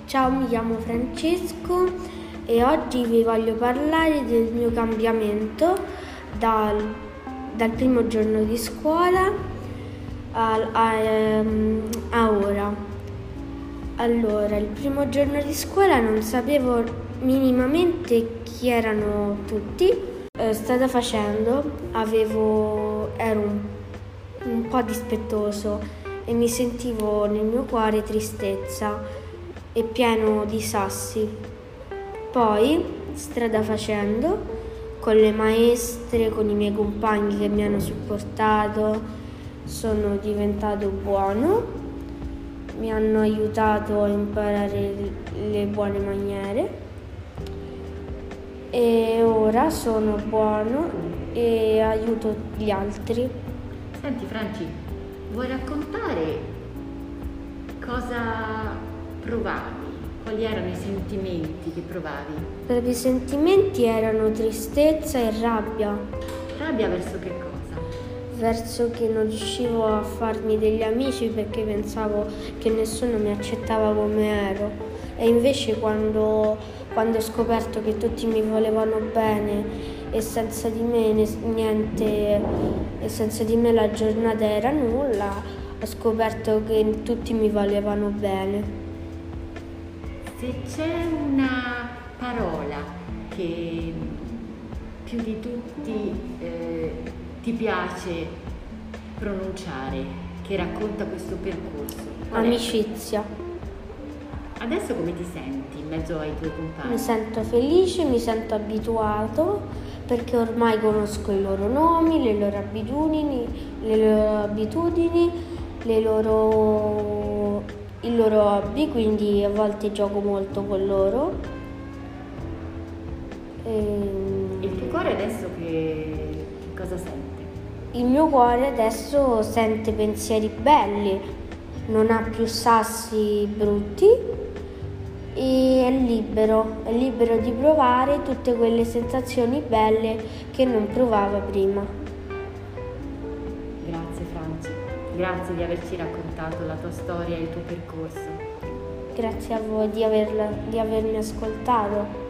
Ciao, mi chiamo Francesco e oggi vi voglio parlare del mio cambiamento dal primo giorno di scuola a ora. Allora, il primo giorno di scuola non sapevo minimamente chi erano tutti. Strada facendo ero un po' dispettoso e mi sentivo nel mio cuore tristezza e pieno di sassi. Poi, strada facendo, con le maestre, con i miei compagni che mi hanno supportato, sono diventato buono, mi hanno aiutato a imparare le buone maniere e ora sono buono e aiuto gli altri. Senti Franci, vuoi raccontare cosa provavi? Quali erano i sentimenti che provavi? I miei sentimenti erano tristezza e rabbia. Rabbia verso che cosa? Verso che non riuscivo a farmi degli amici perché pensavo che nessuno mi accettava come ero. E invece quando ho scoperto che tutti mi volevano bene e senza di me niente, e senza di me la giornata era nulla, ho scoperto che tutti mi volevano bene. Se c'è una parola che più di tutti ti piace pronunciare, che racconta questo percorso, qual è? Amicizia. Adesso come ti senti in mezzo ai tuoi compagni? Mi sento felice, mi sento abituato perché ormai conosco i loro nomi, le loro abitudini, i loro hobby, quindi a volte gioco molto con loro. Il tuo cuore adesso che cosa sente? Il mio cuore adesso sente pensieri belli, non ha più sassi brutti e è libero di provare tutte quelle sensazioni belle che non provava prima. Grazie Franci, grazie di averci raccontato la tua storia e il tuo percorso. Grazie a voi di avermi ascoltato.